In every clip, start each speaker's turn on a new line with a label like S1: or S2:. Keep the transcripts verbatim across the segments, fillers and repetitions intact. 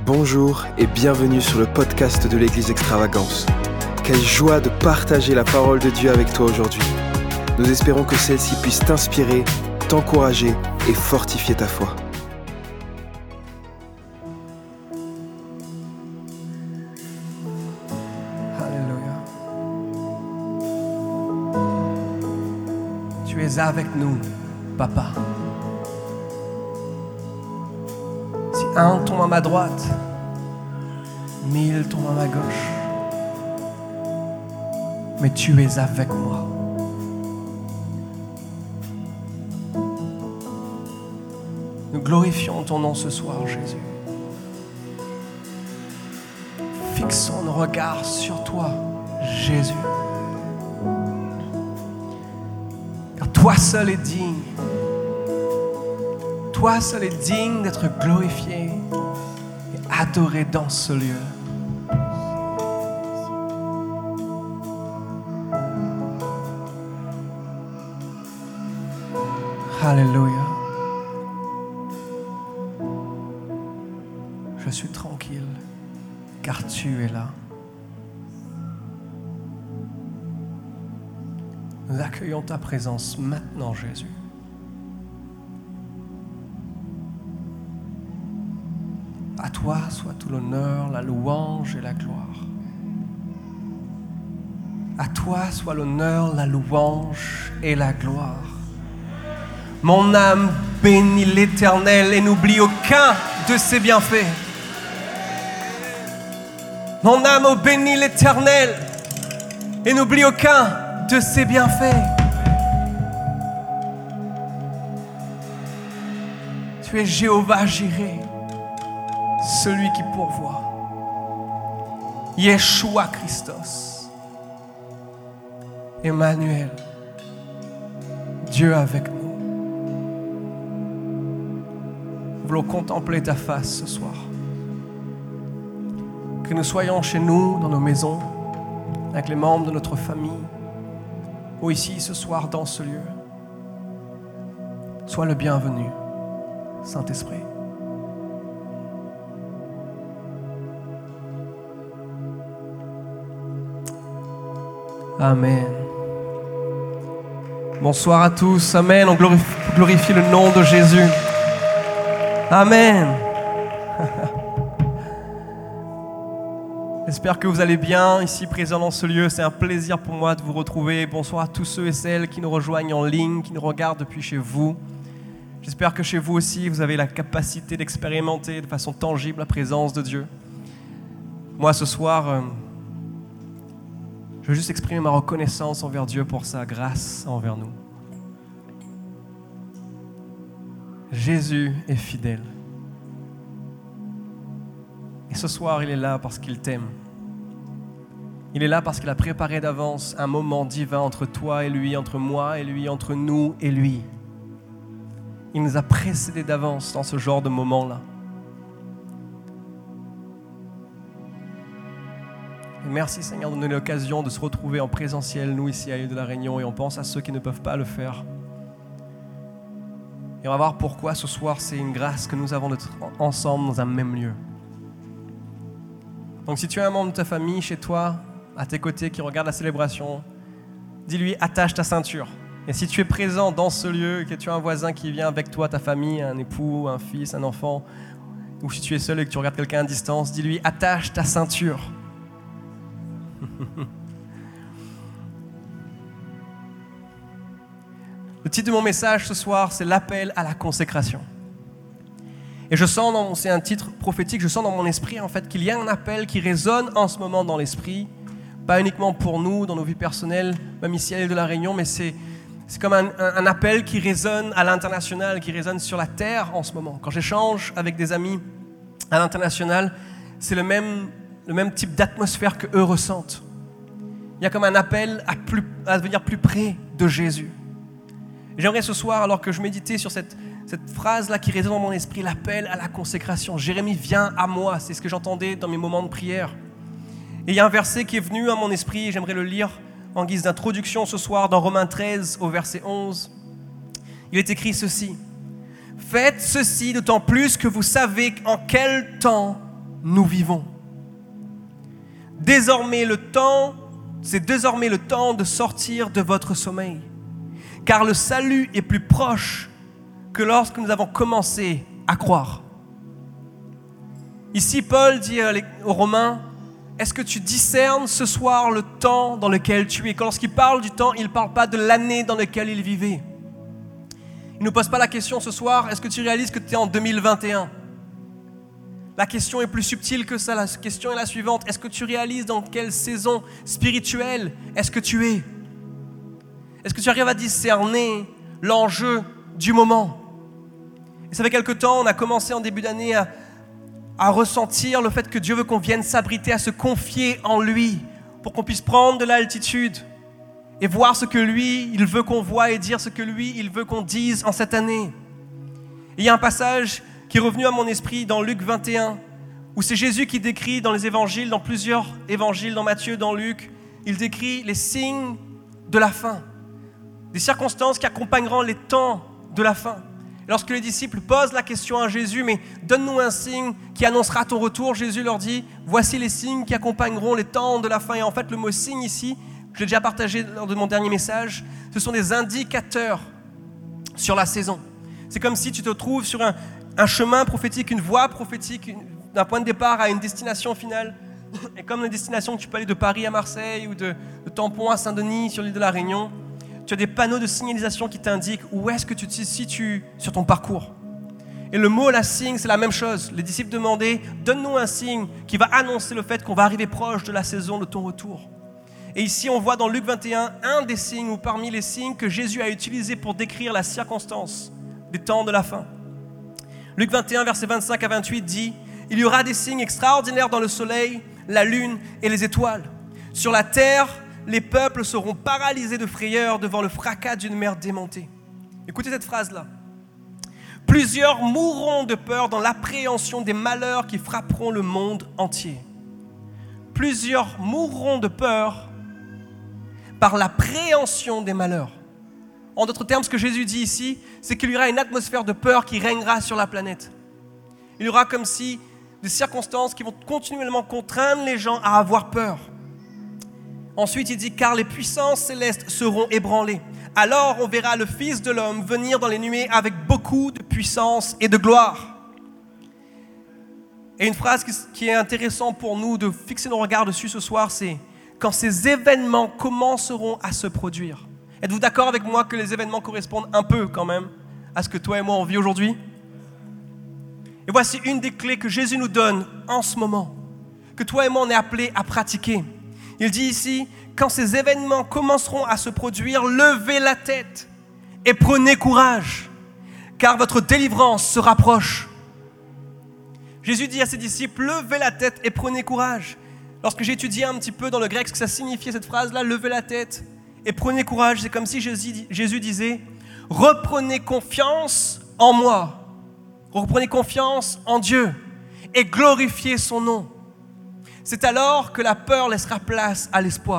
S1: Bonjour et bienvenue sur le podcast de l'Église Extravagance. Quelle joie de partager la parole de Dieu avec toi aujourd'hui. Nous espérons que celle-ci puisse t'inspirer, t'encourager et fortifier ta foi.
S2: Alléluia. Tu es avec nous, Papa. Si un tombe à ma droite, mille tombent à ma gauche, mais tu es avec moi. Nous glorifions ton nom ce soir, Jésus. Fixons nos regards sur toi, Jésus. Car toi seul est digne. Toi seul est digne d'être glorifié et adoré dans ce lieu. Alléluia. Je suis tranquille, car tu es là. Nous accueillons ta présence maintenant, Jésus. À toi soit tout l'honneur, la louange et la gloire. À toi soit l'honneur, la louange et la gloire. Mon âme bénit l'Éternel et n'oublie aucun de ses bienfaits. Mon âme bénit l'Éternel et n'oublie aucun de ses bienfaits. Tu es Jéhovah Jireh, celui qui pourvoit. Yeshua Christos, Emmanuel, Dieu avec nous. Nous voulons contempler ta face ce soir. Que nous soyons chez nous, dans nos maisons, avec les membres de notre famille, ou ici ce soir dans ce lieu. Sois le bienvenu, Saint-Esprit. Amen. Bonsoir à tous. Amen. On glorifie, glorifie le nom de Jésus. Amen. J'espère que vous allez bien ici présents dans ce lieu. C'est un plaisir pour moi de vous retrouver. Bonsoir à tous ceux et celles qui nous rejoignent en ligne, qui nous regardent depuis chez vous. J'espère que chez vous aussi, vous avez la capacité d'expérimenter de façon tangible la présence de Dieu. Moi, ce soir, euh, je veux juste exprimer ma reconnaissance envers Dieu pour sa grâce envers nous. Jésus est fidèle. Et ce soir, il est là parce qu'il t'aime. Il est là parce qu'il a préparé d'avance un moment divin entre toi et lui, entre moi et lui, entre nous et lui. Il nous a précédés d'avance dans ce genre de moment-là. Et merci Seigneur de nous donner l'occasion de se retrouver en présentiel, nous ici à l'île de la Réunion, et on pense à ceux qui ne peuvent pas le faire. Et on va voir pourquoi ce soir, c'est une grâce que nous avons d'être ensemble dans un même lieu. Donc si tu as un membre de ta famille chez toi, à tes côtés, qui regarde la célébration, dis-lui, attache ta ceinture. Et si tu es présent dans ce lieu, que tu as un voisin qui vient avec toi, ta famille, un époux, un fils, un enfant, ou si tu es seul et que tu regardes quelqu'un à distance, dis-lui, attache ta ceinture. Le titre de mon message ce soir, c'est l'appel à la consécration. Et je sens, dans, c'est un titre prophétique, je sens dans mon esprit en fait qu'il y a un appel qui résonne en ce moment dans l'esprit, pas uniquement pour nous, dans nos vies personnelles, même ici à l'île de la Réunion, mais c'est, c'est comme un, un, un appel qui résonne à l'international, qui résonne sur la terre en ce moment. Quand j'échange avec des amis à l'international, c'est le même, le même type d'atmosphère qu'eux ressentent. Il y a comme un appel à, plus, à devenir plus près de Jésus. Et j'aimerais ce soir, alors que je méditais sur cette, cette phrase-là qui résonne dans mon esprit, l'appel à la consécration. Jérémie, viens à moi, c'est ce que j'entendais dans mes moments de prière. Et il y a un verset qui est venu à mon esprit, et j'aimerais le lire en guise d'introduction ce soir dans Romains treize au verset onze. Il est écrit ceci: Faites ceci d'autant plus que vous savez en quel temps nous vivons. Désormais le temps, c'est désormais le temps de sortir de votre sommeil, car le salut est plus proche que lorsque nous avons commencé à croire. Ici, Paul dit aux Romains, est-ce que tu discernes ce soir le temps dans lequel tu es? Lorsqu'il parle du temps, il ne parle pas de l'année dans laquelle il vivait. Il ne nous pose pas la question ce soir, est-ce que tu réalises que tu es en deux mille vingt et un? La question est plus subtile que ça. La question est la suivante. Est-ce que tu réalises dans quelle saison spirituelle est-ce que tu es? Est-ce que tu arrives à discerner l'enjeu du moment? Et ça fait quelque temps, on a commencé en début d'année à, à ressentir le fait que Dieu veut qu'on vienne s'abriter, à se confier en lui pour qu'on puisse prendre de l'altitude et voir ce que lui, il veut qu'on voie et dire ce que lui, il veut qu'on dise en cette année. Et il y a un passage qui est revenu à mon esprit dans Luc vingt et un, où c'est Jésus qui décrit dans les évangiles, dans plusieurs évangiles, dans Matthieu, dans Luc, il décrit les signes de la fin, des circonstances qui accompagneront les temps de la fin. Et lorsque les disciples posent la question à Jésus, mais donne-nous un signe qui annoncera ton retour, Jésus leur dit, voici les signes qui accompagneront les temps de la fin. Et en fait, le mot signe ici, je l'ai déjà partagé lors de mon dernier message, ce sont des indicateurs sur la saison. C'est comme si tu te trouves sur un un chemin prophétique, une voie prophétique, une, d'un point de départ à une destination finale. Et comme la destination que tu peux aller de Paris à Marseille ou de, de Tampon à Saint-Denis sur l'île de la Réunion, tu as des panneaux de signalisation qui t'indiquent où est-ce que tu te situes sur ton parcours. Et le mot, la signe, c'est la même chose. Les disciples demandaient, donne-nous un signe qui va annoncer le fait qu'on va arriver proche de la saison de ton retour. Et ici, on voit dans Luc vingt et un, un des signes, ou parmi les signes que Jésus a utilisés pour décrire la circonstance des temps de la fin. Luc vingt et un, versets vingt-cinq à vingt-huit dit « Il y aura des signes extraordinaires dans le soleil, la lune et les étoiles. Sur la terre, les peuples seront paralysés de frayeur devant le fracas d'une mer démontée. » Écoutez cette phrase-là. « Plusieurs mourront de peur dans l'appréhension des malheurs qui frapperont le monde entier. » Plusieurs mourront de peur par l'appréhension des malheurs. En d'autres termes, ce que Jésus dit ici, c'est qu'il y aura une atmosphère de peur qui régnera sur la planète. Il y aura comme si des circonstances qui vont continuellement contraindre les gens à avoir peur. Ensuite, il dit « Car les puissances célestes seront ébranlées. Alors on verra le Fils de l'homme venir dans les nuées avec beaucoup de puissance et de gloire. » Et une phrase qui est intéressante pour nous de fixer nos regards dessus ce soir, c'est « Quand ces événements commenceront à se produire. » Êtes-vous d'accord avec moi que les événements correspondent un peu quand même à ce que toi et moi on vit aujourd'hui? Et voici une des clés que Jésus nous donne en ce moment, que toi et moi on est appelés à pratiquer. Il dit ici, quand ces événements commenceront à se produire, levez la tête et prenez courage, car votre délivrance se rapproche. Jésus dit à ses disciples, levez la tête et prenez courage. Lorsque j'ai étudié un petit peu dans le grec ce que ça signifiait cette phrase-là, levez la tête et prenez courage, c'est comme si Jésus, Jésus disait « Reprenez confiance en moi, reprenez confiance en Dieu et glorifiez son nom. C'est alors que la peur laissera place à l'espoir. »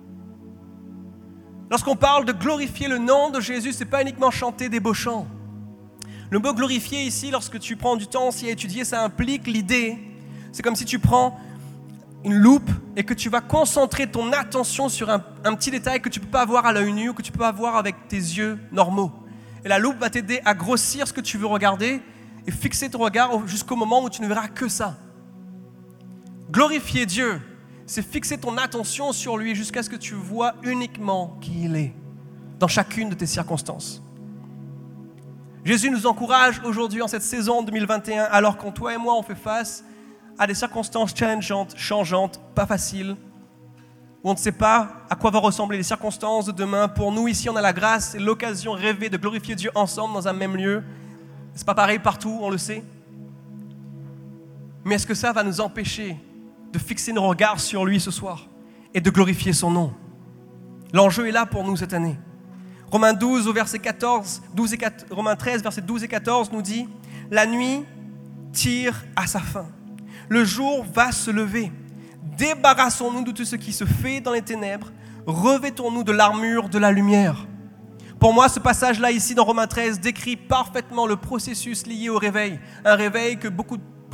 S2: Lorsqu'on parle de glorifier le nom de Jésus, ce n'est pas uniquement chanter des beaux chants. Le mot glorifier ici, lorsque tu prends du temps aussi à étudier, ça implique l'idée, c'est comme si tu prends une loupe et que tu vas concentrer ton attention sur un, un petit détail que tu ne peux pas voir à l'œil nu ou que tu ne peux pas voir avec tes yeux normaux. Et la loupe va t'aider à grossir ce que tu veux regarder et fixer ton regard jusqu'au moment où tu ne verras que ça. Glorifier Dieu, c'est fixer ton attention sur lui jusqu'à ce que tu vois uniquement qui il est dans chacune de tes circonstances. Jésus nous encourage aujourd'hui en cette saison deux mille vingt et un, alors quand toi et moi on fait face à des circonstances challengeantes, changeantes, pas faciles, où on ne sait pas à quoi vont ressembler les circonstances de demain. Pour nous, ici, on a la grâce et l'occasion rêvée de glorifier Dieu ensemble dans un même lieu. C'est pas pareil partout, on le sait. Mais est-ce que ça va nous empêcher de fixer nos regards sur lui ce soir et de glorifier son nom? L'enjeu est là pour nous cette année. Romains douze, au verset quatorze, douze et quatorze, Romains treize, versets douze et quatorze nous dit « La nuit tire à sa fin. Le jour va se lever. Débarrassons-nous de tout ce qui se fait dans les ténèbres. Revêtons-nous de l'armure de la lumière. » Pour moi, ce passage-là, ici, dans Romains treize, décrit parfaitement le processus lié au réveil. Un réveil que beaucoup de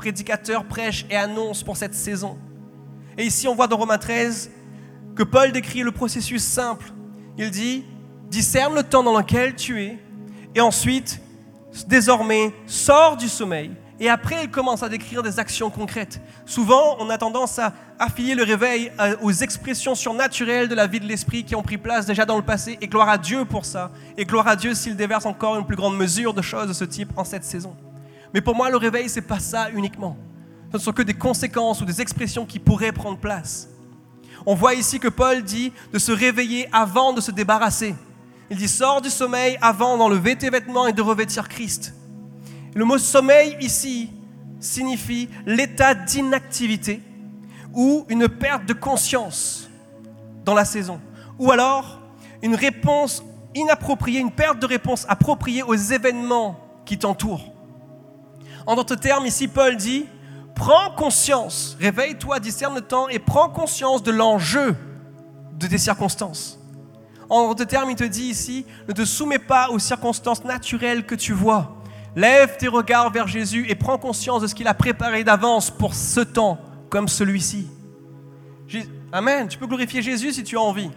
S2: prédicateurs prêchent et annoncent pour cette saison. Et ici, on voit dans Romains treize que Paul décrit le processus simple. Il dit, discerne le temps dans lequel tu es, et ensuite, désormais, sors du sommeil. Et après, il commence à décrire des actions concrètes. Souvent, on a tendance à affilier le réveil aux expressions surnaturelles de la vie de l'esprit qui ont pris place déjà dans le passé, et gloire à Dieu pour ça. Et gloire à Dieu s'il déverse encore une plus grande mesure de choses de ce type en cette saison. Mais pour moi, le réveil, c'est pas ça uniquement. Ce ne sont que des conséquences ou des expressions qui pourraient prendre place. On voit ici que Paul dit de se réveiller avant de se débarrasser. Il dit, sors du sommeil avant d'enlever tes vêtements et de revêtir Christ. Le mot sommeil ici signifie l'état d'inactivité ou une perte de conscience dans la saison. Ou alors une réponse inappropriée, une perte de réponse appropriée aux événements qui t'entourent. En d'autres termes, ici Paul dit, prends conscience, réveille-toi, discerne le temps et prends conscience de l'enjeu de tes circonstances. En d'autres termes, il te dit ici, ne te soumets pas aux circonstances naturelles que tu vois. Lève tes regards vers Jésus et prends conscience de ce qu'il a préparé d'avance pour ce temps comme celui-ci. Amen. Tu peux glorifier Jésus si tu as envie.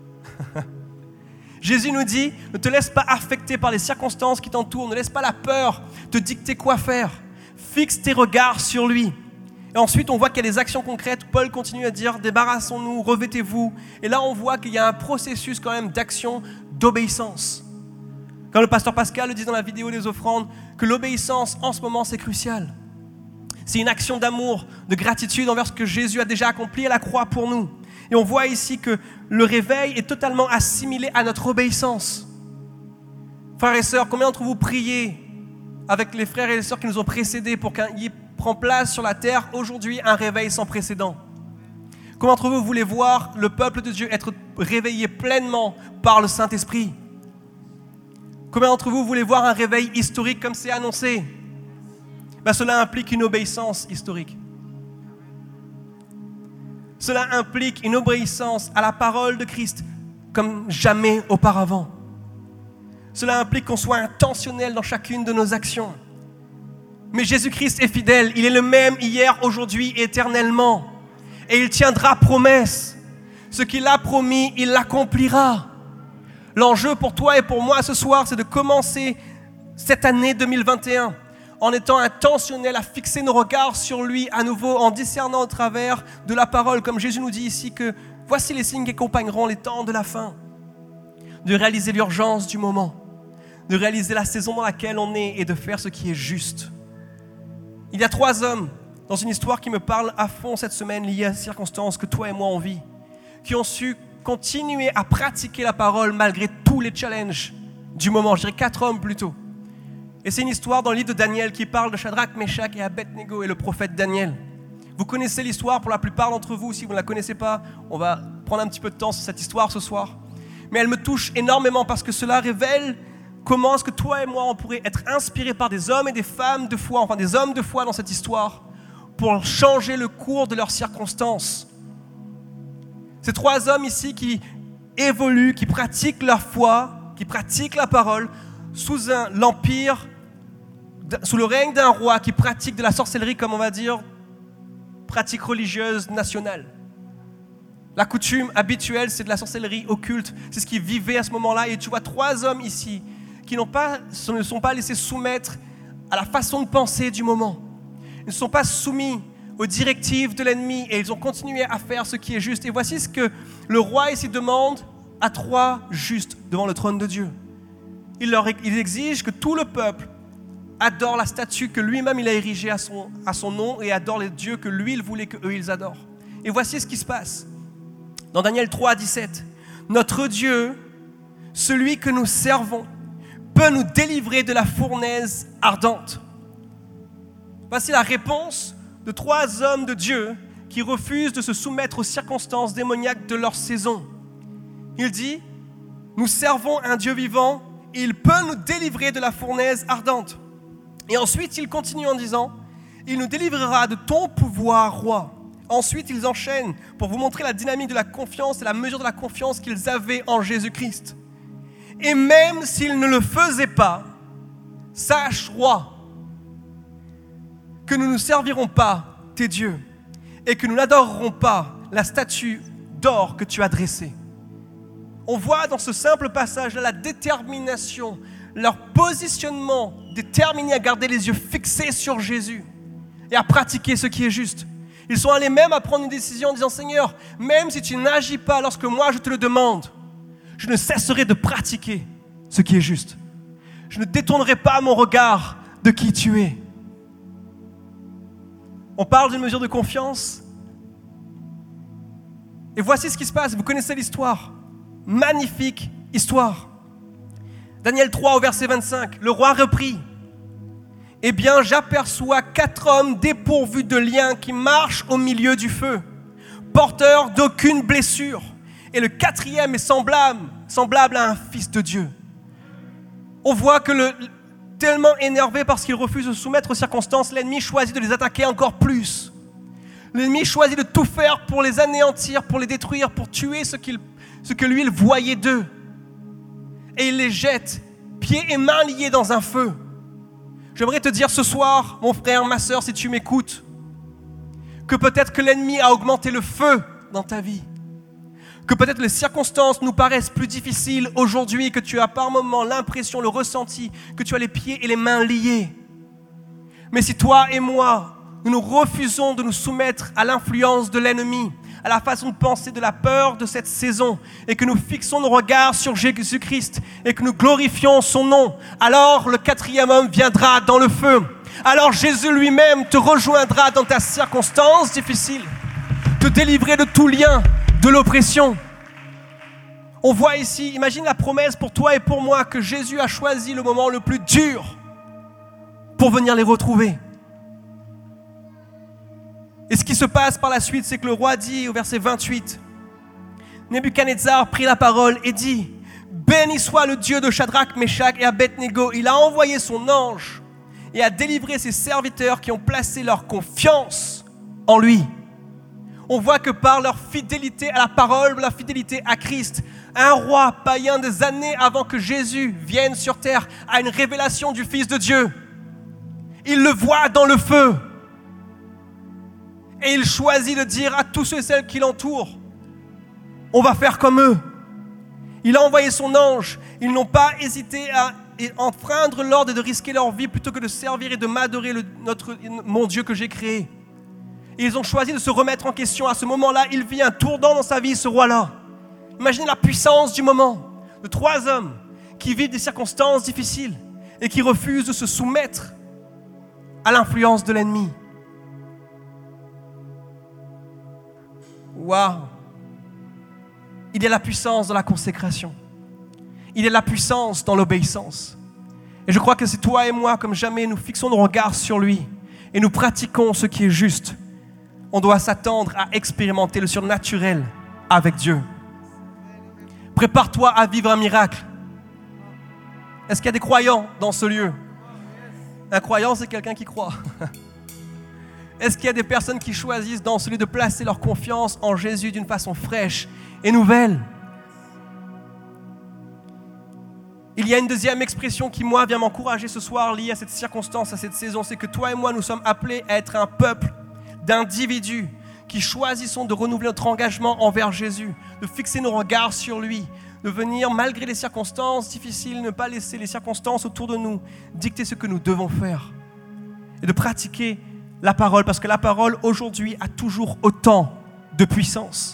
S2: Jésus nous dit, ne te laisse pas affecter par les circonstances qui t'entourent, ne laisse pas la peur te dicter quoi faire. Fixe tes regards sur lui. Et ensuite, on voit qu'il y a des actions concrètes. Paul continue à dire, débarrassons-nous, revêtez-vous. Et là, on voit qu'il y a un processus quand même d'action, d'obéissance. Quand le pasteur Pascal le dit dans la vidéo des offrandes, que l'obéissance en ce moment c'est crucial. C'est une action d'amour, de gratitude envers ce que Jésus a déjà accompli à la croix pour nous. Et on voit ici que le réveil est totalement assimilé à notre obéissance. Frères et sœurs, combien d'entre vous priez avec les frères et les sœurs qui nous ont précédés pour qu'il prenne place sur la terre aujourd'hui un réveil sans précédent? Combien d'entre vous voulez voir le peuple de Dieu être réveillé pleinement par le Saint-Esprit? Combien d'entre vous voulez voir un réveil historique comme c'est annoncé? Ben, cela implique une obéissance historique. Cela implique une obéissance à la parole de Christ comme jamais auparavant. Cela implique qu'on soit intentionnel dans chacune de nos actions. Mais Jésus-Christ est fidèle, il est le même hier, aujourd'hui et éternellement. Et il tiendra promesse. Ce qu'il a promis, il l'accomplira. L'enjeu pour toi et pour moi ce soir, c'est de commencer cette année deux mille vingt et un en étant intentionnel à fixer nos regards sur lui à nouveau, en discernant au travers de la parole, comme Jésus nous dit ici que voici les signes qui accompagneront les temps de la fin. De réaliser l'urgence du moment, de réaliser la saison dans laquelle on est et de faire ce qui est juste. Il y a trois hommes dans une histoire qui me parle à fond cette semaine liée à ces circonstances que toi et moi on vit, qui ont su continuer à pratiquer la parole malgré tous les challenges du moment. Je dirais quatre hommes plutôt. Et c'est une histoire dans le livre de Daniel qui parle de Shadrach, Meshach et Abednego et le prophète Daniel. Vous connaissez l'histoire pour la plupart d'entre vous. Si vous ne la connaissez pas, on va prendre un petit peu de temps sur cette histoire ce soir. Mais elle me touche énormément parce que cela révèle comment est-ce que toi et moi on pourrait être inspirés par des hommes et des femmes de foi, enfin des hommes de foi dans cette histoire, pour changer le cours de leurs circonstances. Ces trois hommes ici qui évoluent, qui pratiquent leur foi, qui pratiquent la parole sous un, l'empire, sous le règne d'un roi qui pratique de la sorcellerie, comme on va dire, pratique religieuse nationale. La coutume habituelle, c'est de la sorcellerie occulte. C'est ce qu'ils vivaient à ce moment-là. Et tu vois trois hommes ici qui n'ont pas, ne sont pas laissés soumettre à la façon de penser du moment. Ils ne sont pas soumis aux directives de l'ennemi et ils ont continué à faire ce qui est juste. Et voici ce que le roi ici demande à trois justes devant le trône de Dieu. Il, leur, il exige que tout le peuple adore la statue que lui-même il a érigée à son, à son nom et adore les dieux que lui il voulait qu'eux ils adorent. Et voici ce qui se passe. Dans Daniel trois, dix-sept, notre Dieu, celui que nous servons, peut nous délivrer de la fournaise ardente. Voici la réponse de trois hommes de Dieu qui refusent de se soumettre aux circonstances démoniaques de leur saison. Il dit, nous servons un Dieu vivant, il peut nous délivrer de la fournaise ardente. Et ensuite, il continue en disant, il nous délivrera de ton pouvoir, roi. Ensuite, ils enchaînent pour vous montrer la dynamique de la confiance et la mesure de la confiance qu'ils avaient en Jésus-Christ. Et même s'ils ne le faisaient pas, sache, roi, que nous ne servirons pas tes dieux et que nous n'adorerons pas la statue d'or que tu as dressée. On voit dans ce simple passage-là la détermination, leur positionnement déterminé à garder les yeux fixés sur Jésus et à pratiquer ce qui est juste. Ils sont allés même à prendre une décision en disant « Seigneur, même si tu n'agis pas lorsque moi je te le demande, je ne cesserai de pratiquer ce qui est juste. Je ne détournerai pas mon regard de qui tu es. » On parle d'une mesure de confiance. Et voici ce qui se passe. Vous connaissez l'histoire. Magnifique histoire. Daniel trois au verset vingt-cinq. Le roi reprit. « Eh bien, j'aperçois quatre hommes dépourvus de liens qui marchent au milieu du feu, porteurs d'aucune blessure. Et le quatrième est semblable, semblable à un fils de Dieu. » On voit que le, tellement énervé parce qu'ils refusent de se soumettre aux circonstances, l'ennemi choisit de les attaquer encore plus. L'ennemi choisit de tout faire pour les anéantir, pour les détruire, pour tuer ce, qu'il, ce que lui il voyait d'eux. Et il les jette, pieds et mains liés dans un feu. J'aimerais te dire ce soir, mon frère, ma sœur, si tu m'écoutes, que peut-être que l'ennemi a augmenté le feu dans ta vie. Que peut-être les circonstances nous paraissent plus difficiles aujourd'hui, que tu as par moments l'impression, le ressenti, que tu as les pieds et les mains liés. Mais si toi et moi, nous nous refusons de nous soumettre à l'influence de l'ennemi, à la façon de penser de la peur de cette saison, et que nous fixons nos regards sur Jésus-Christ, et que nous glorifions son nom, alors le quatrième homme viendra dans le feu. Alors Jésus lui-même te rejoindra dans ta circonstance difficile, te délivrer de tout lien, de l'oppression. On voit ici, imagine la promesse pour toi et pour moi que Jésus a choisi le moment le plus dur pour venir les retrouver. Et ce qui se passe par la suite, c'est que le roi dit au verset vingt-huit, Nebuchadnezzar prit la parole et dit, béni soit le Dieu de Shadrach, Meshach et Abednego. Il a envoyé son ange et a délivré ses serviteurs qui ont placé leur confiance en lui. On voit que par leur fidélité à la parole, leur fidélité à Christ, un roi païen des années avant que Jésus vienne sur terre a une révélation du Fils de Dieu. Il le voit dans le feu. Et il choisit de dire à tous ceux et celles qui l'entourent, on va faire comme eux. Il a envoyé son ange. Ils n'ont pas hésité à enfreindre l'ordre et de risquer leur vie plutôt que de servir et de m'adorer le, notre, mon Dieu que j'ai créé. Et ils ont choisi de se remettre en question. À ce moment-là, il vit un tournant dans sa vie, ce roi-là. Imaginez la puissance du moment de trois hommes qui vivent des circonstances difficiles et qui refusent de se soumettre à l'influence de l'ennemi. Waouh! Il y a la puissance dans la consécration. Il y a la puissance dans l'obéissance. Et je crois que c'est toi et moi, comme jamais, nous fixons nos regards sur lui et nous pratiquons ce qui est juste. On doit s'attendre à expérimenter le surnaturel avec Dieu. Prépare-toi à vivre un miracle. Est-ce qu'il y a des croyants dans ce lieu? Un croyant, c'est quelqu'un qui croit. Est-ce qu'il y a des personnes qui choisissent dans ce lieu de placer leur confiance en Jésus d'une façon fraîche et nouvelle? Il y a une deuxième expression qui, moi, vient m'encourager ce soir liée à cette circonstance, à cette saison. C'est que toi et moi, nous sommes appelés à être un peuple d'individus qui choisissons de renouveler notre engagement envers Jésus, de fixer nos regards sur lui, de venir, malgré les circonstances difficiles, ne pas laisser les circonstances autour de nous dicter ce que nous devons faire et de pratiquer la parole, parce que la parole aujourd'hui a toujours autant de puissance.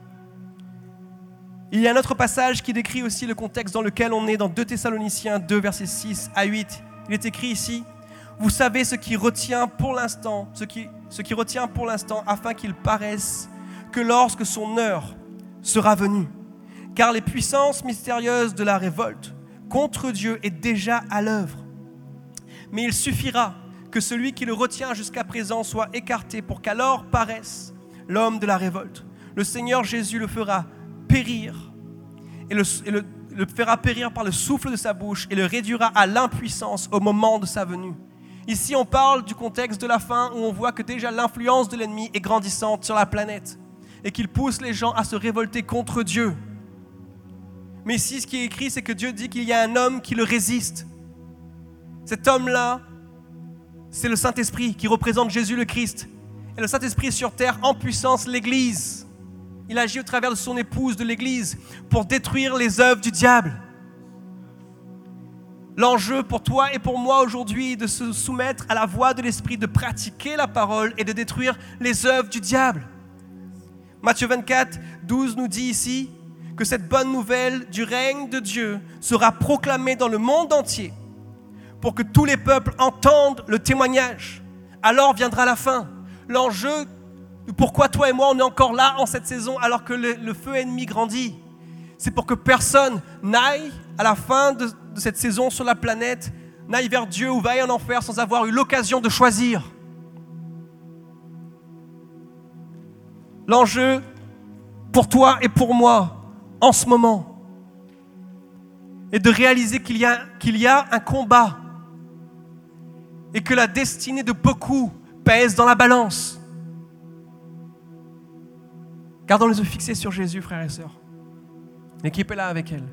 S2: Il y a un autre passage qui décrit aussi le contexte dans lequel on est dans deux Thessaloniciens deux, versets six à huit. Il est écrit ici, « Vous savez ce qui retient pour l'instant, ce qui, ce qui retient pour l'instant, afin qu'il paraisse que lorsque son heure sera venue, car les puissances mystérieuses de la révolte contre Dieu est déjà à l'œuvre. Mais il suffira que celui qui le retient jusqu'à présent soit écarté pour qu'alors paraisse l'homme de la révolte. Le Seigneur Jésus le fera périr et, le, et le, le fera périr par le souffle de sa bouche et le réduira à l'impuissance au moment de sa venue. » Ici, on parle du contexte de la fin où on voit que déjà l'influence de l'ennemi est grandissante sur la planète et qu'il pousse les gens à se révolter contre Dieu. Mais ici, ce qui est écrit, c'est que Dieu dit qu'il y a un homme qui le résiste. Cet homme-là c'est le Saint-Esprit qui représente Jésus le Christ. Et le Saint-Esprit est sur terre en puissance, l'Église. Il agit au travers de son épouse, de l'Église, pour détruire les œuvres du diable. L'enjeu pour toi et pour moi aujourd'hui est de se soumettre à la voix de l'Esprit, de pratiquer la parole et de détruire les œuvres du diable. Matthieu vingt-quatre, douze nous dit ici que cette bonne nouvelle du règne de Dieu sera proclamée dans le monde entier pour que tous les peuples entendent le témoignage. Alors viendra la fin. L'enjeu, pourquoi toi et moi on est encore là en cette saison alors que le, le feu ennemi grandit, c'est pour que personne n'aille à la fin de, de cette saison sur la planète, n'aille vers Dieu ou vaille en enfer sans avoir eu l'occasion de choisir. L'enjeu pour toi et pour moi en ce moment est de réaliser qu'il y a, qu'il y a un combat et que la destinée de beaucoup pèse dans la balance. Gardons les yeux fixés sur Jésus, frères et sœurs. L'équipe est là avec elle.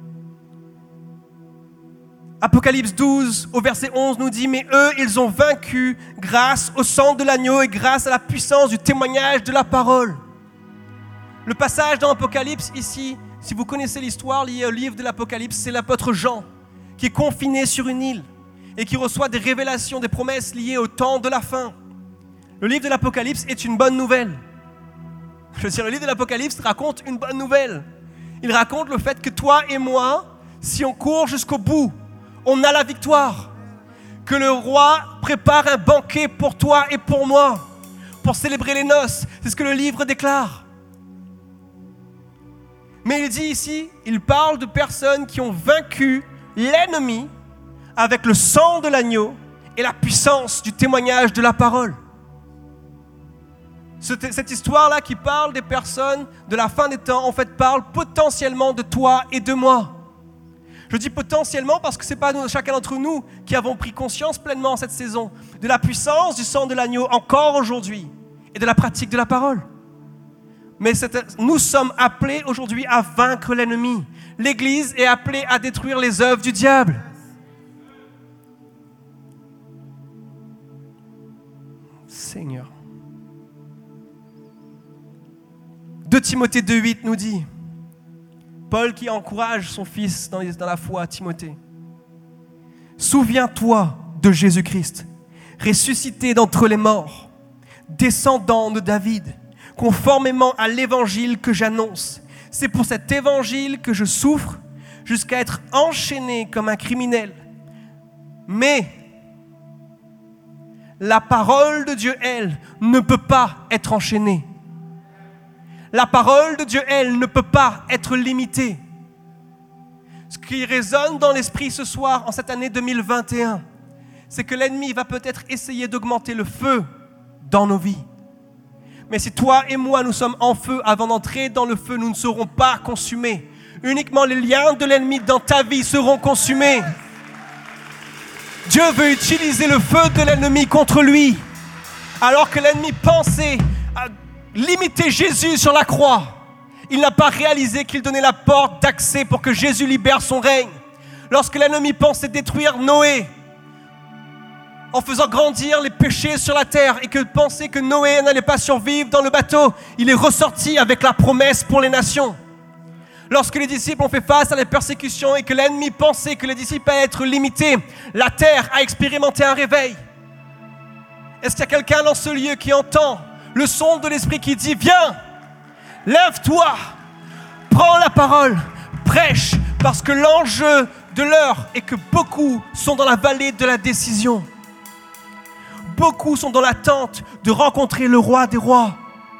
S2: Apocalypse douze, au verset onze, nous dit « Mais eux, ils ont vaincu grâce au sang de l'agneau et grâce à la puissance du témoignage de la parole. » Le passage dans Apocalypse ici, si vous connaissez l'histoire liée au livre de l'Apocalypse, c'est l'apôtre Jean qui est confiné sur une île et qui reçoit des révélations, des promesses liées au temps de la fin. Le livre de l'Apocalypse est une bonne nouvelle. Je veux dire, le livre de l'Apocalypse raconte une bonne nouvelle. Il raconte le fait que toi et moi, si on court jusqu'au bout, on a la victoire. Que le roi prépare un banquet pour toi et pour moi, pour célébrer les noces. C'est ce que le livre déclare. Mais il dit ici, il parle de personnes qui ont vaincu l'ennemi avec le sang de l'agneau et la puissance du témoignage de la parole. Cette, cette histoire-là qui parle des personnes de la fin des temps, en fait, parle potentiellement de toi et de moi. Je dis potentiellement parce que ce n'est pas nous, chacun d'entre nous qui avons pris conscience pleinement cette saison de la puissance du sang de l'agneau encore aujourd'hui et de la pratique de la parole. Mais nous sommes appelés aujourd'hui à vaincre l'ennemi. L'Église est appelée à détruire les œuvres du diable. Seigneur. deux Timothée deux huit nous dit, Paul qui encourage son fils dans, dans la foi, Timothée. « Souviens-toi de Jésus-Christ, ressuscité d'entre les morts, descendant de David, conformément à l'évangile que j'annonce. C'est pour cet évangile que je souffre jusqu'à être enchaîné comme un criminel. Mais la parole de Dieu, elle, ne peut pas être enchaînée. La parole de Dieu, elle, ne peut pas être limitée. » Ce qui résonne dans l'esprit ce soir, en cette année deux mille vingt et un, c'est que l'ennemi va peut-être essayer d'augmenter le feu dans nos vies. Mais si toi et moi, nous sommes en feu, avant d'entrer dans le feu, nous ne serons pas consumés. Uniquement les liens de l'ennemi dans ta vie seront consumés. Dieu veut utiliser le feu de l'ennemi contre lui. Alors que l'ennemi pensait à limiter Jésus sur la croix, il n'a pas réalisé qu'il donnait la porte d'accès pour que Jésus libère son règne. Lorsque l'ennemi pensait détruire Noé, en faisant grandir les péchés sur la terre et que pensait que Noé n'allait pas survivre dans le bateau, il est ressorti avec la promesse pour les nations. Lorsque les disciples ont fait face à la persécution et que l'ennemi pensait que les disciples allaient être limités, la terre a expérimenté un réveil. Est-ce qu'il y a quelqu'un dans ce lieu qui entend le son de l'Esprit qui dit « Viens, lève-toi, prends la parole, prêche » parce que l'enjeu de l'heure est que beaucoup sont dans la vallée de la décision. Beaucoup sont dans l'attente de rencontrer le roi des rois.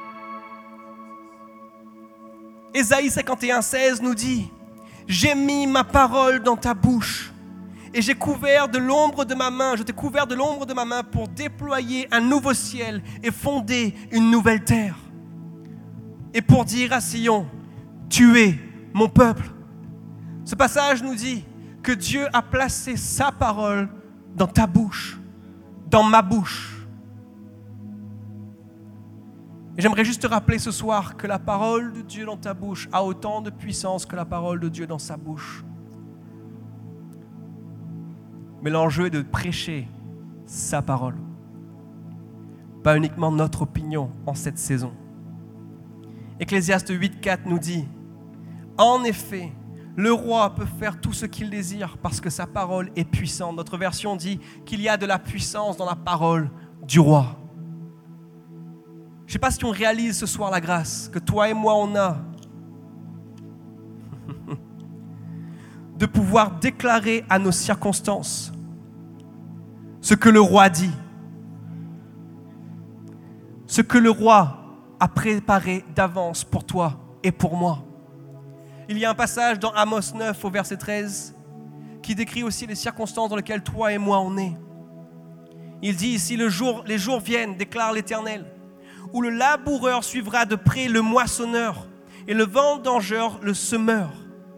S2: Ésaïe cinquante et un, seize nous dit « J'ai mis ma parole dans ta bouche et j'ai couvert de l'ombre de ma main, je t'ai couvert de l'ombre de ma main pour déployer un nouveau ciel et fonder une nouvelle terre. Et pour dire à Sion, tu es mon peuple. » Ce passage nous dit que Dieu a placé sa parole dans ta bouche, dans ma bouche. Et j'aimerais juste te rappeler ce soir que la parole de Dieu dans ta bouche a autant de puissance que la parole de Dieu dans sa bouche. Mais l'enjeu est de prêcher sa parole. pas uniquement notre opinion en cette saison. Ecclésiaste huit quatre nous dit « En effet, le roi peut faire tout ce qu'il désire parce que sa parole est puissante. » Notre version dit qu'il y a de la puissance dans la parole du roi. Je ne sais pas si on réalise ce soir la grâce que toi et moi on a de pouvoir déclarer à nos circonstances ce que le roi dit, ce que le roi a préparé d'avance pour toi et pour moi. Il y a un passage dans Amos neuf au verset treize qui décrit aussi les circonstances dans lesquelles toi et moi on est. Il dit ici, le jour, les jours viennent, déclare l'Éternel, où le laboureur suivra de près le moissonneur et le vendangeur le semeur.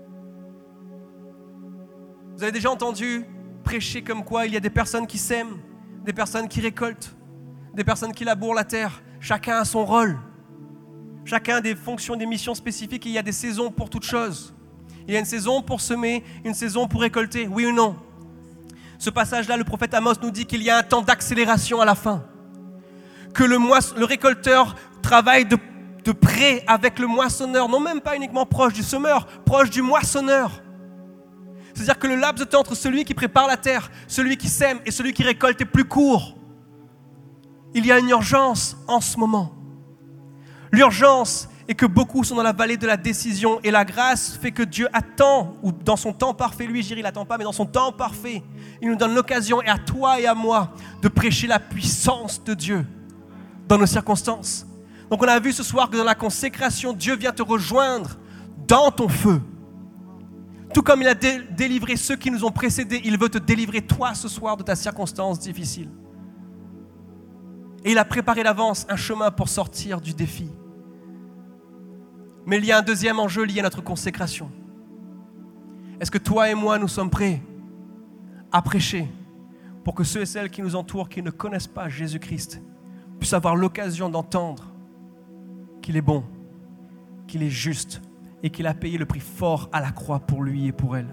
S2: Vous avez déjà entendu prêcher comme quoi il y a des personnes qui sèment, des personnes qui récoltent, des personnes qui labourent la terre. Chacun a son rôle. Chacun a des fonctions, des missions spécifiques et il y a des saisons pour toutes choses. Il y a une saison pour semer, une saison pour récolter, oui ou non? Ce passage-là, le prophète Amos nous dit qu'il y a un temps d'accélération à la fin. Que le, moiss- le récolteur travaille de, de près avec le moissonneur, non même pas uniquement proche du semeur, proche du moissonneur. C'est-à-dire que le laps de temps entre celui qui prépare la terre, celui qui sème et celui qui récolte est plus court. Il y a une urgence en ce moment. L'urgence est que beaucoup sont dans la vallée de la décision et la grâce fait que Dieu attend, ou dans son temps parfait, lui, je dirais, il n'attend pas, mais dans son temps parfait, il nous donne l'occasion, et à toi et à moi, de prêcher la puissance de Dieu dans nos circonstances. Donc on a vu ce soir que dans la consécration, Dieu vient te rejoindre dans ton feu. Tout comme il a dé- délivré ceux qui nous ont précédés, il veut te délivrer toi ce soir de ta circonstance difficile. Et il a préparé d'avance un chemin pour sortir du défi. Mais il y a un deuxième enjeu lié à notre consécration. Est-ce que toi et moi, nous sommes prêts à prêcher pour que ceux et celles qui nous entourent, qui ne connaissent pas Jésus-Christ, puissent avoir l'occasion d'entendre qu'il est bon, qu'il est juste et qu'il a payé le prix fort à la croix pour lui et pour elle?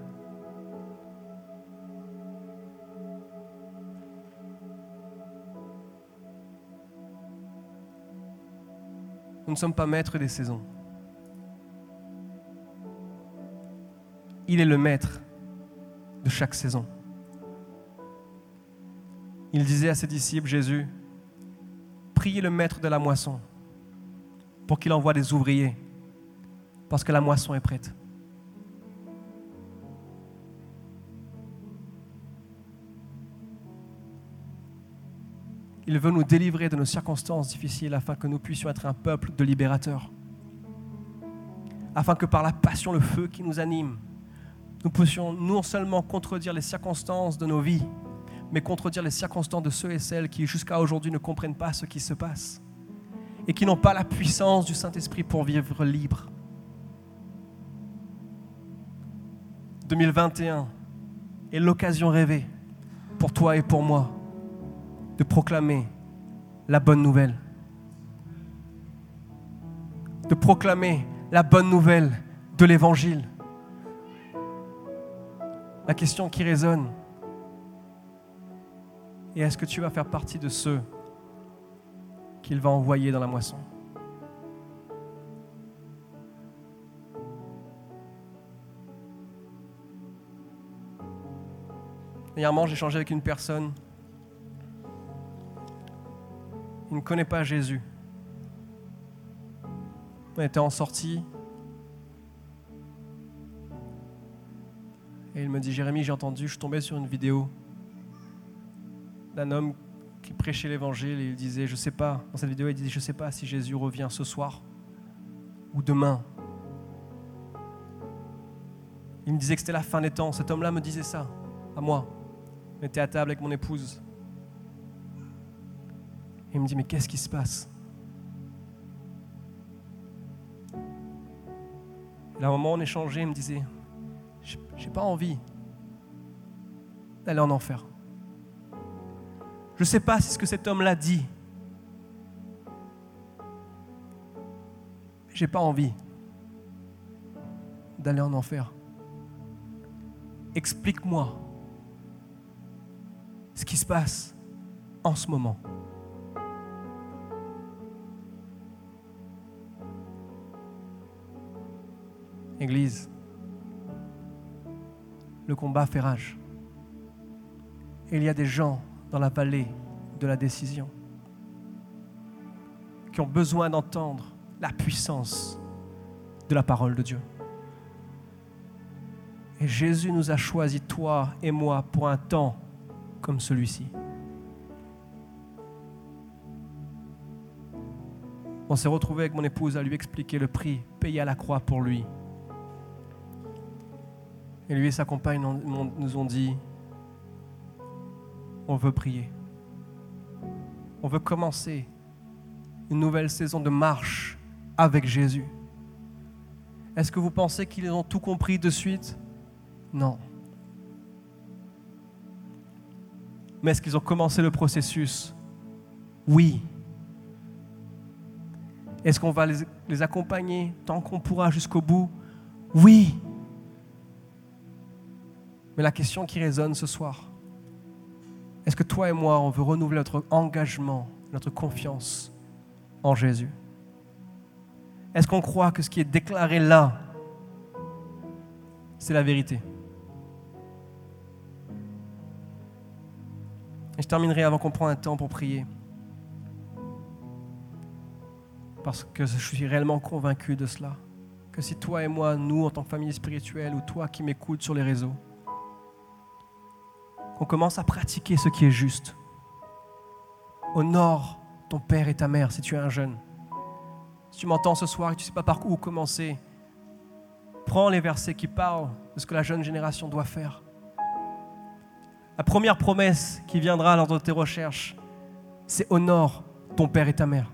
S2: Nous ne sommes pas maîtres des saisons. Il est le maître de chaque saison. Il disait à ses disciples, Jésus, priez le maître de la moisson pour qu'il envoie des ouvriers, parce que la moisson est prête. Il veut nous délivrer de nos circonstances difficiles afin que nous puissions être un peuple de libérateurs. Afin que par la passion, le feu qui nous anime, nous puissions non seulement contredire les circonstances de nos vies, mais contredire les circonstances de ceux et celles qui jusqu'à aujourd'hui ne comprennent pas ce qui se passe et qui n'ont pas la puissance du Saint-Esprit pour vivre libre. deux mille vingt et un est l'occasion rêvée pour toi et pour moi de proclamer la bonne nouvelle. De proclamer la bonne nouvelle de l'Évangile. La question qui résonne est: est-ce que tu vas faire partie de ceux qu'il va envoyer dans la moisson? Dernièrement, j'ai échangé avec une personne. Il ne connaît pas Jésus. On était en sortie. Et il me dit, Jérémy, j'ai entendu, je suis tombé sur une vidéo d'un homme qui prêchait l'évangile et il disait, je sais pas, dans cette vidéo, il disait, je sais pas si Jésus revient ce soir ou demain. Il me disait que c'était la fin des temps. Cet homme-là me disait ça, à moi. On était à table avec mon épouse. Et il me dit, mais qu'est-ce qui se passe? Et là, au moment où on échangeait, il me disait, j'ai pas envie d'aller en enfer. Je ne sais pas si ce que cet homme-là dit, j'ai pas envie d'aller en enfer. Explique-moi ce qui se passe en ce moment. Église, le combat fait rage. Et il y a des gens dans la vallée de la décision qui ont besoin d'entendre la puissance de la parole de Dieu. Et Jésus nous a choisis, toi et moi, pour un temps comme celui-ci. On s'est retrouvés avec mon épouse à lui expliquer le prix payé à la croix pour lui. Et lui et sa compagne nous ont dit, on veut prier. On veut commencer une nouvelle saison de marche avec Jésus. Est-ce que vous pensez qu'ils ont tout compris de suite? Non. Mais est-ce qu'ils ont commencé le processus? Oui. Est-ce qu'on va les, les accompagner tant qu'on pourra jusqu'au bout? Oui. Mais la question qui résonne ce soir, est-ce que toi et moi, on veut renouveler notre engagement, notre confiance en Jésus? Est-ce qu'on croit que ce qui est déclaré là, c'est la vérité? Et je terminerai avant qu'on prenne un temps pour prier. Parce que je suis réellement convaincu de cela. Que si toi et moi, nous, en tant que famille spirituelle, ou toi qui m'écoutes sur les réseaux, qu'on commence à pratiquer ce qui est juste. Honore ton père et ta mère si tu es un jeune. Si tu m'entends ce soir et tu ne sais pas par où commencer, prends les versets qui parlent de ce que la jeune génération doit faire. La première promesse qui viendra lors de tes recherches, c'est honore ton père et ta mère.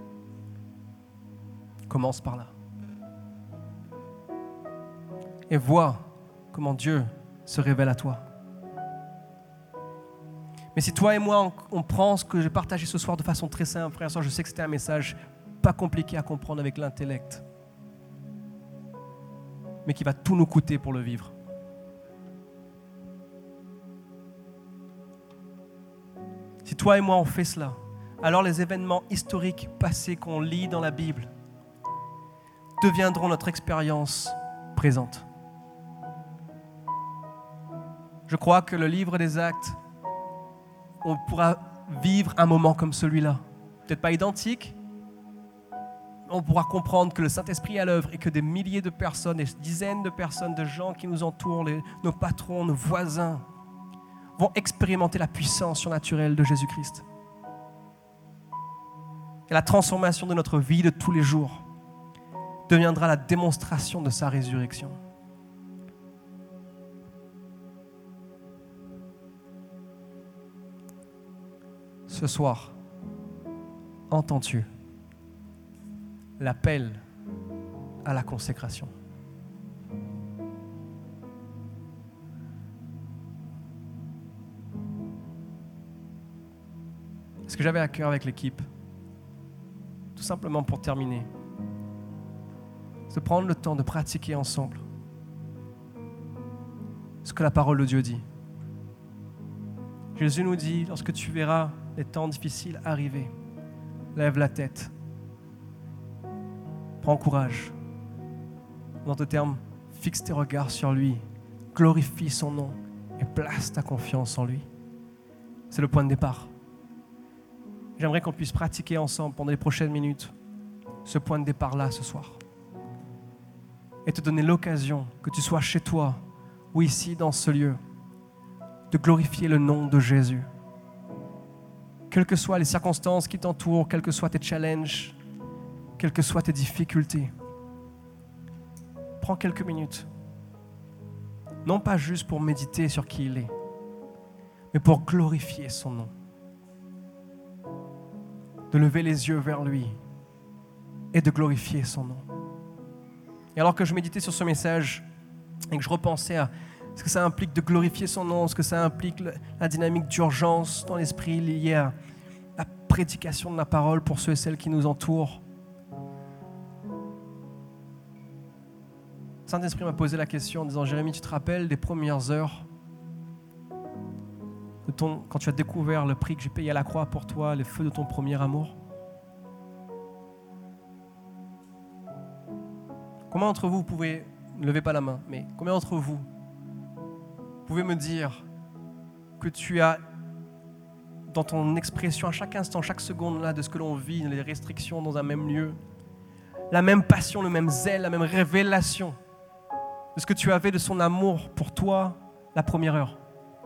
S2: Commence par là. Et vois comment Dieu se révèle à toi. Mais si toi et moi, on, on prend ce que j'ai partagé ce soir de façon très simple, frère et soeur, je sais que c'était un message pas compliqué à comprendre avec l'intellect, mais qui va tout nous coûter pour le vivre. Si toi et moi, on fait cela, alors les événements historiques passés qu'on lit dans la Bible deviendront notre expérience présente. Je crois que le livre des Actes, on pourra vivre un moment comme celui-là. Peut-être pas identique, mais on pourra comprendre que le Saint-Esprit est à l'œuvre et que des milliers de personnes, des dizaines de personnes, de gens qui nous entourent, les, nos patrons, nos voisins, vont expérimenter la puissance surnaturelle de Jésus-Christ. Et la transformation de notre vie de tous les jours deviendra la démonstration de sa résurrection. Ce soir, entends-tu l'appel à la consécration? Ce que j'avais à cœur avec l'équipe, tout simplement pour terminer, c'est de prendre le temps de pratiquer ensemble ce que la parole de Dieu dit. Jésus nous dit, lorsque tu verras les temps difficiles arriver, lève la tête, prends courage. En d'autres termes, fixe tes regards sur lui, glorifie son nom et place ta confiance en lui. C'est le point de départ. J'aimerais qu'on puisse pratiquer ensemble pendant les prochaines minutes ce point de départ-là ce soir. Et te donner l'occasion, que tu sois chez toi ou ici dans ce lieu, de glorifier le nom de Jésus. Quelles que soient les circonstances qui t'entourent, quels que soient tes challenges, quelles que soient tes difficultés, prends quelques minutes. Non pas juste pour méditer sur qui il est, mais pour glorifier son nom. De lever les yeux vers lui et de glorifier son nom. Et alors que je méditais sur ce message et que je repensais à ce que ça implique de glorifier son nom, ce que ça implique la dynamique d'urgence dans l'esprit liée à la prédication de la parole pour ceux et celles qui nous entourent. Le Saint-Esprit m'a posé la question en disant, Jérémie, tu te rappelles des premières heures de ton, quand tu as découvert le prix que j'ai payé à la croix pour toi, les feux de ton premier amour? Comment d'entre vous, vous pouvez ne levez pas la main, mais combien d'entre vous pouvez me dire que tu as, dans ton expression, à chaque instant, chaque seconde là, de ce que l'on vit, les restrictions dans un même lieu, la même passion, le même zèle, la même révélation de ce que tu avais de son amour pour toi la première heure.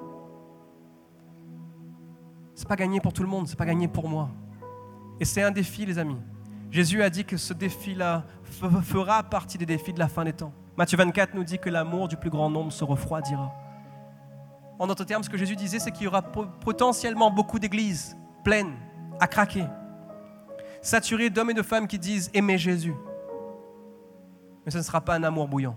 S2: C'est pas gagné pour tout le monde, c'est pas gagné pour moi. Et c'est un défi, les amis. Jésus a dit que ce défi-là f- fera partie des défis de la fin des temps. Matthieu vingt-quatre nous dit que l'amour du plus grand nombre se refroidira. En d'autres termes, ce que Jésus disait, c'est qu'il y aura potentiellement beaucoup d'églises pleines, à craquer, saturées d'hommes et de femmes qui disent « aimer Jésus ». Mais ce ne sera pas un amour bouillant.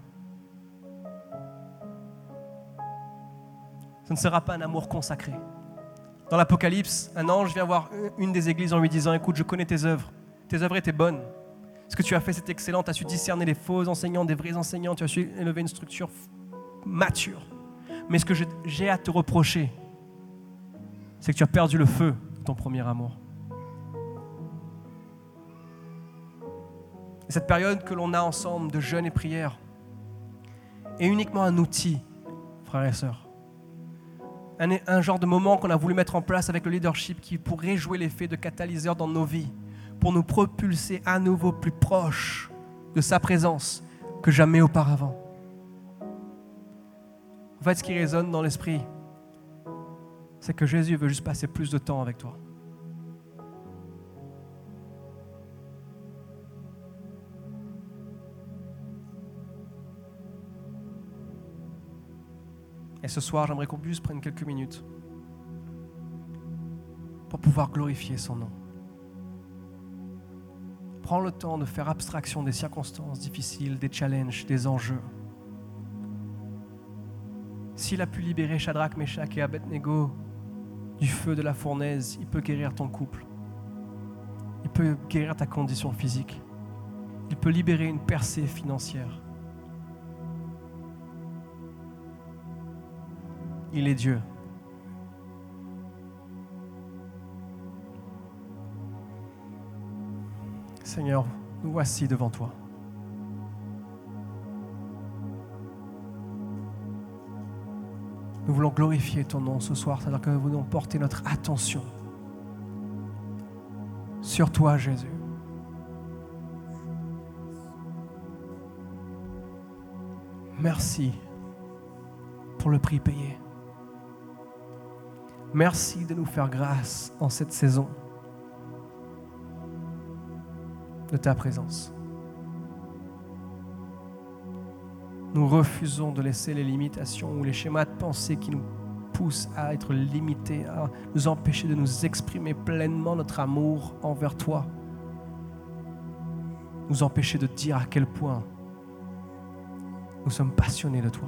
S2: Ce ne sera pas un amour consacré. Dans l'Apocalypse, un ange vient voir une des églises en lui disant « Écoute, je connais tes œuvres. Tes œuvres étaient bonnes. Ce que tu as fait, c'est excellent. Tu as su discerner les faux enseignants des vrais enseignants. Tu as su élever une structure mature. Mais ce que j'ai à te reprocher, c'est que tu as perdu le feu de ton premier amour. » Et cette période que l'on a ensemble de jeûne et prière est uniquement un outil, frères et sœurs. Un, un genre de moment qu'on a voulu mettre en place avec le leadership qui pourrait jouer l'effet de catalyseur dans nos vies pour nous propulser à nouveau plus proches de sa présence que jamais auparavant. En fait, ce qui résonne dans l'esprit, c'est que Jésus veut juste passer plus de temps avec toi. Et ce soir, j'aimerais qu'on puisse prendre quelques minutes pour pouvoir glorifier son nom. Prends le temps de faire abstraction des circonstances difficiles, des challenges, des enjeux. S'il a pu libérer Shadrach, Meshach et Abednego du feu de la fournaise, il peut guérir ton couple. Il peut guérir ta condition physique. Il peut libérer une percée financière. Il est Dieu. Seigneur, nous voici devant toi. Nous voulons glorifier ton nom ce soir, c'est-à-dire que nous voulons porter notre attention sur toi, Jésus. Merci pour le prix payé. Merci de nous faire grâce en cette saison de ta présence. Nous refusons de laisser les limitations ou les schémas de pensée qui nous poussent à être limités, à nous empêcher de nous exprimer pleinement notre amour envers toi. Nous empêcher de dire à quel point nous sommes passionnés de toi.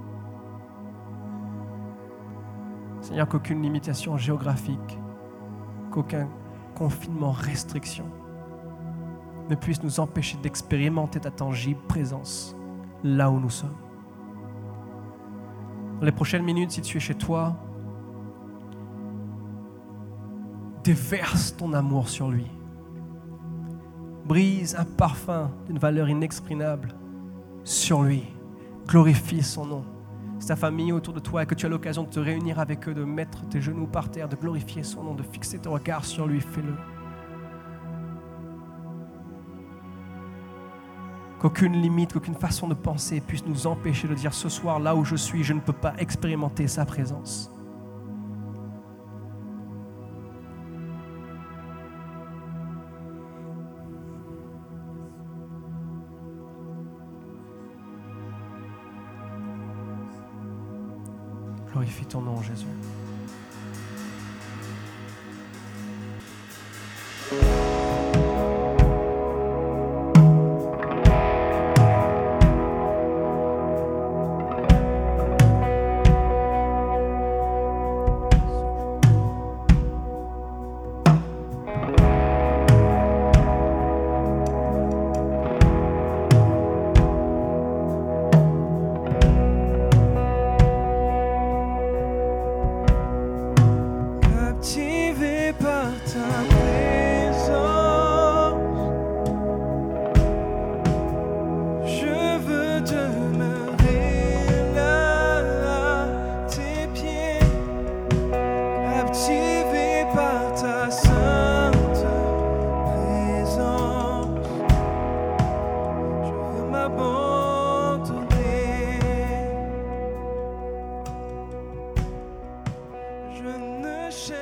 S2: Seigneur, qu'aucune limitation géographique, qu'aucun confinement, restriction ne puisse nous empêcher d'expérimenter ta tangible présence là où nous sommes. Dans les prochaines minutes, si tu es chez toi, déverse ton amour sur lui. Brise un parfum d'une valeur inexprimable sur lui. Glorifie son nom. C'est ta famille autour de toi et que tu as l'occasion de te réunir avec eux, de mettre tes genoux par terre, de glorifier son nom, de fixer ton regard sur lui, fais-le. Qu'aucune limite, qu'aucune façon de penser puisse nous empêcher de dire ce soir, là où je suis, je ne peux pas expérimenter sa présence. Glorifie ton nom, Jésus.
S3: péché.